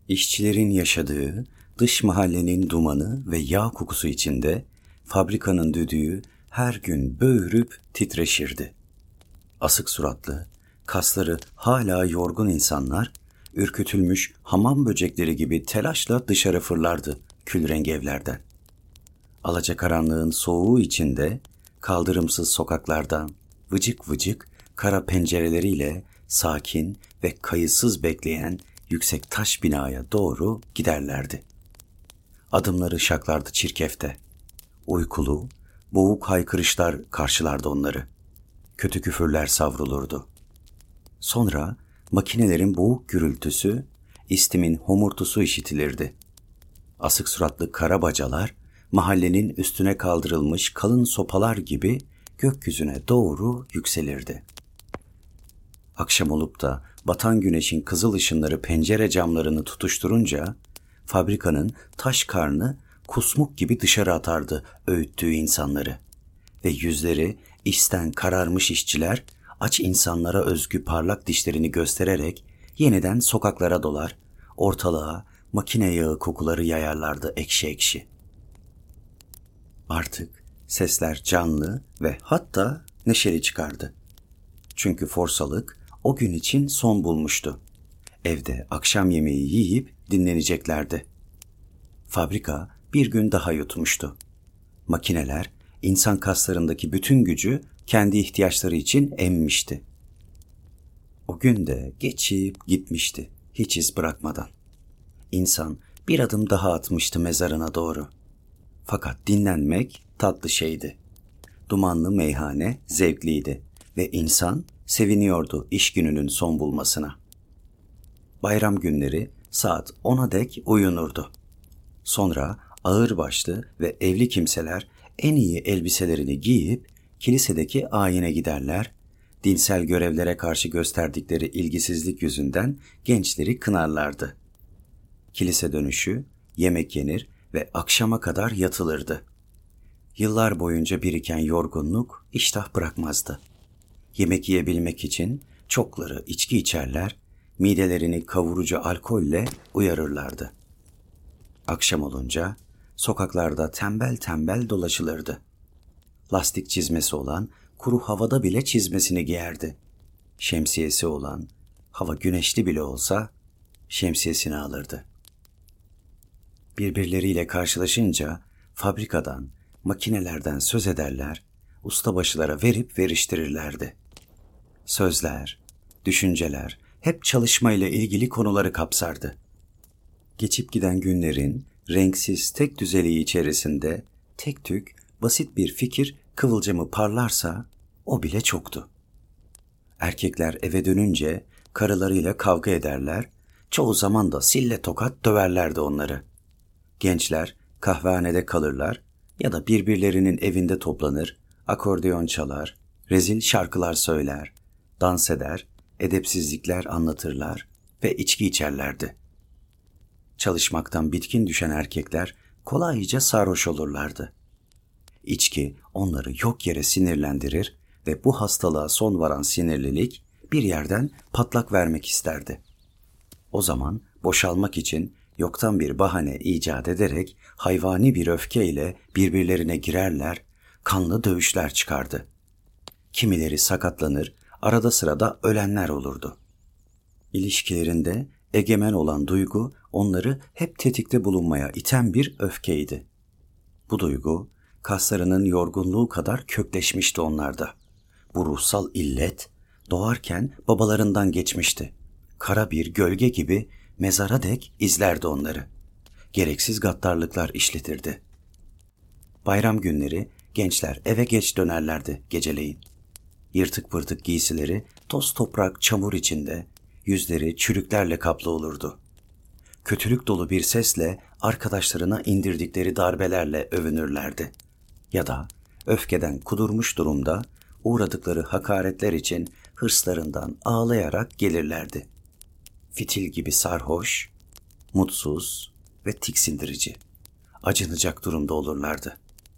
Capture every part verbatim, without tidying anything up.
İşçilerin yaşadığı dış mahallenin dumanı ve yağ kokusu içinde fabrikanın düdüğü her gün böğürüp titreşirdi. Asık suratlı, kasları hala yorgun insanlar, ürkütülmüş hamam böcekleri gibi telaşla dışarı fırlardı külrengi evlerden. Alacakaranlığın soğuğu içinde, kaldırımsız sokaklardan vıcık vıcık kara pencereleriyle sakin ve kayıtsız bekleyen yüksek taş binaya doğru giderlerdi. Adımları şaklardı çirkefte. Uykulu, boğuk haykırışlar karşılardı onları. Kötü küfürler savrulurdu. Sonra makinelerin boğuk gürültüsü, istimin homurtusu işitilirdi. Asık suratlı kara bacalar, mahallenin üstüne kaldırılmış kalın sopalar gibi gökyüzüne doğru yükselirdi. Akşam olup da batan güneşin kızıl ışınları pencere camlarını tutuşturunca, fabrikanın taş karnı kusmuk gibi dışarı atardı öğüttüğü insanları. Ve yüzleri işten kararmış işçiler, aç insanlara özgü parlak dişlerini göstererek yeniden sokaklara dolar, ortalığa makine yağı kokuları yayarlardı ekşi ekşi. Artık sesler canlı ve hatta neşeli çıkardı. Çünkü forsalık o gün için son bulmuştu. Evde akşam yemeği yiyip dinleneceklerdi. Fabrika bir gün daha yutmuştu. Makineler insan kaslarındaki bütün gücü kendi ihtiyaçları için emmişti. O gün de geçip gitmişti hiç iz bırakmadan. İnsan bir adım daha atmıştı mezarına doğru. Fakat dinlenmek tatlı şeydi. Dumanlı meyhane zevkliydi ve insan seviniyordu iş gününün son bulmasına. Bayram günleri saat ona dek uyunurdu. Sonra ağırbaşlı ve evli kimseler en iyi elbiselerini giyip kilisedeki ayine giderler, dinsel görevlere karşı gösterdikleri ilgisizlik yüzünden gençleri kınarlardı. Kilise dönüşü, yemek yenir ve akşama kadar yatılırdı. Yıllar boyunca biriken yorgunluk iştah bırakmazdı. Yemek yiyebilmek için çokları içki içerler, midelerini kavurucu alkolle uyarırlardı. Akşam olunca sokaklarda tembel tembel dolaşılırdı. Lastik çizmesi olan kuru havada bile çizmesini giyerdi. Şemsiyesi olan, hava güneşli bile olsa şemsiyesini alırdı. Birbirleriyle karşılaşınca fabrikadan, makinelerden söz ederler, ustabaşılara verip veriştirirlerdi. Sözler, düşünceler hep çalışmayla ilgili konuları kapsardı. Geçip giden günlerin renksiz tek düzeliği içerisinde tek tük basit bir fikir kıvılcımı parlarsa o bile çoktu. Erkekler eve dönünce karılarıyla kavga ederler, çoğu zaman da sille tokat döverlerdi onları. Gençler kahvehanede kalırlar ya da birbirlerinin evinde toplanır, akordeon çalar, rezil şarkılar söyler, dans eder, edepsizlikler anlatırlar ve içki içerlerdi. Çalışmaktan bitkin düşen erkekler kolayca sarhoş olurlardı. İçki onları yok yere sinirlendirir ve bu hastalığa son varan sinirlilik bir yerden patlak vermek isterdi. O zaman boşalmak için yoktan bir bahane icat ederek hayvani bir öfkeyle birbirlerine girerler, kanlı dövüşler çıkardı. Kimileri sakatlanır, arada sırada ölenler olurdu. İlişkilerinde egemen olan duygu onları hep tetikte bulunmaya iten bir öfkeydi. Bu duygu kaslarının yorgunluğu kadar kökleşmişti onlarda. Bu ruhsal illet doğarken babalarından geçmişti. Kara bir gölge gibi mezara dek izlerdi onları. Gereksiz gaddarlıklar işletirdi. Bayram günleri gençler eve geç dönerlerdi geceleyin. Yırtık pırtık giysileri toz toprak çamur içinde, yüzleri çürüklerle kaplı olurdu. Kötülük dolu bir sesle arkadaşlarına indirdikleri darbelerle övünürlerdi. Ya da öfkeden kudurmuş durumda uğradıkları hakaretler için hırslarından ağlayarak gelirlerdi. Fitil gibi sarhoş, mutsuz ve tiksindirici, acınacak durumda olurlardı.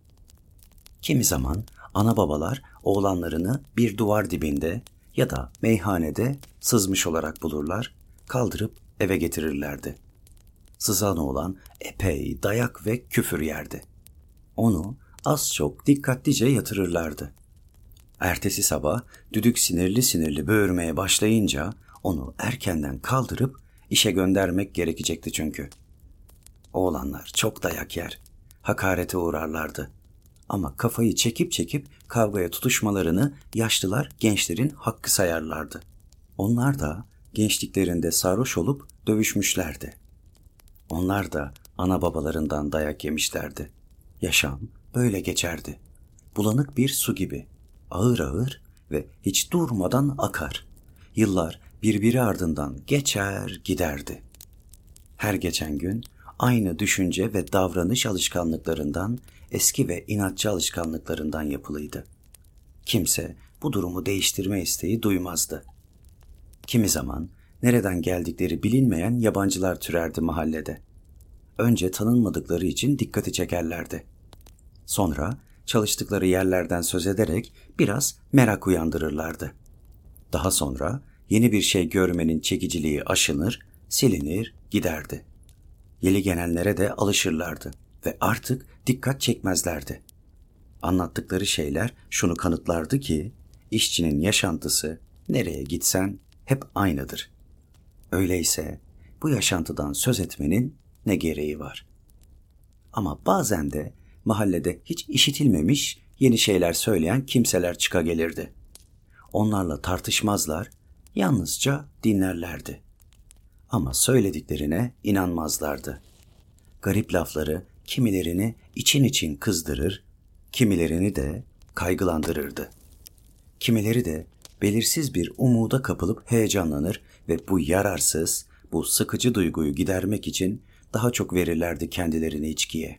Kimi zaman ana babalar oğlanlarını bir duvar dibinde ya da meyhanede sızmış olarak bulurlar, kaldırıp eve getirirlerdi. Sızan oğlan epey dayak ve küfür yerdi. Onu az çok dikkatlice yatırırlardı. Ertesi sabah düdük sinirli sinirli böğürmeye başlayınca onu erkenden kaldırıp işe göndermek gerekecekti çünkü. Oğlanlar çok dayak yer, hakarete uğrarlardı. Ama kafayı çekip çekip kavgaya tutuşmalarını yaşlılar gençlerin hakkı sayarlardı. Onlar da gençliklerinde sarhoş olup dövüşmüşlerdi. Onlar da ana babalarından dayak yemişlerdi. Yaşam böyle geçerdi. Bulanık bir su gibi. Ağır ağır ve hiç durmadan akar. Yıllar birbiri ardından geçer giderdi. Her geçen gün aynı düşünce ve davranış alışkanlıklarından, eski ve inatçı alışkanlıklarından yapılıydı. Kimse bu durumu değiştirme isteği duymazdı. Kimi zaman nereden geldikleri bilinmeyen yabancılar türerdi mahallede. Önce tanınmadıkları için dikkati çekerlerdi. Sonra çalıştıkları yerlerden söz ederek biraz merak uyandırırlardı. Daha sonra yeni bir şey görmenin çekiciliği aşınır, silinir, giderdi. Yeni gelenlere de alışırlardı ve artık dikkat çekmezlerdi. Anlattıkları şeyler şunu kanıtlardı ki, işçinin yaşantısı nereye gitsen hep aynıdır. Öyleyse bu yaşantıdan söz etmenin ne gereği var? Ama bazen de mahallede hiç işitilmemiş yeni şeyler söyleyen kimseler çıka gelirdi. Onlarla tartışmazlar, yalnızca dinlerlerdi. Ama söylediklerine inanmazlardı. Garip lafları kimilerini için için kızdırır, kimilerini de kaygılandırırdı. Kimileri de belirsiz bir umuda kapılıp heyecanlanır ve bu yararsız, bu sıkıcı duyguyu gidermek için daha çok verirlerdi kendilerini içkiye.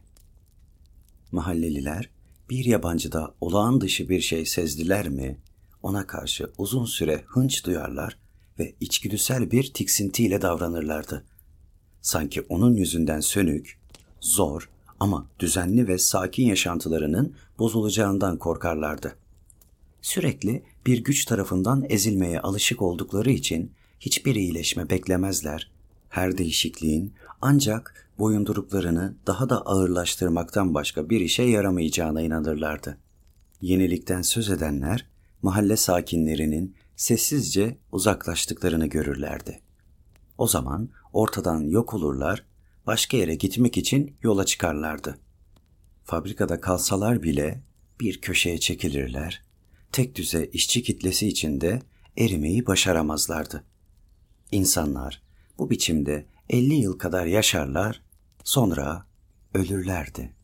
Mahalleliler bir yabancıda olağan dışı bir şey sezdiler mi, ona karşı uzun süre hınç duyarlar ve içgüdüsel bir tiksintiyle davranırlardı. Sanki onun yüzünden sönük, zor ama düzenli ve sakin yaşantılarının bozulacağından korkarlardı. Sürekli bir güç tarafından ezilmeye alışık oldukları için hiçbir iyileşme beklemezler. Her değişikliğin ancak boyunduruklarını daha da ağırlaştırmaktan başka bir işe yaramayacağına inanırlardı. Yenilikten söz edenler mahalle sakinlerinin sessizce uzaklaştıklarını görürlerdi. O zaman ortadan yok olurlar, başka yere gitmek için yola çıkarlardı. Fabrikada kalsalar bile bir köşeye çekilirler, tek düze işçi kitlesi içinde erimeyi başaramazlardı. İnsanlar bu biçimde elli yıl kadar yaşarlar, sonra ölürlerdi.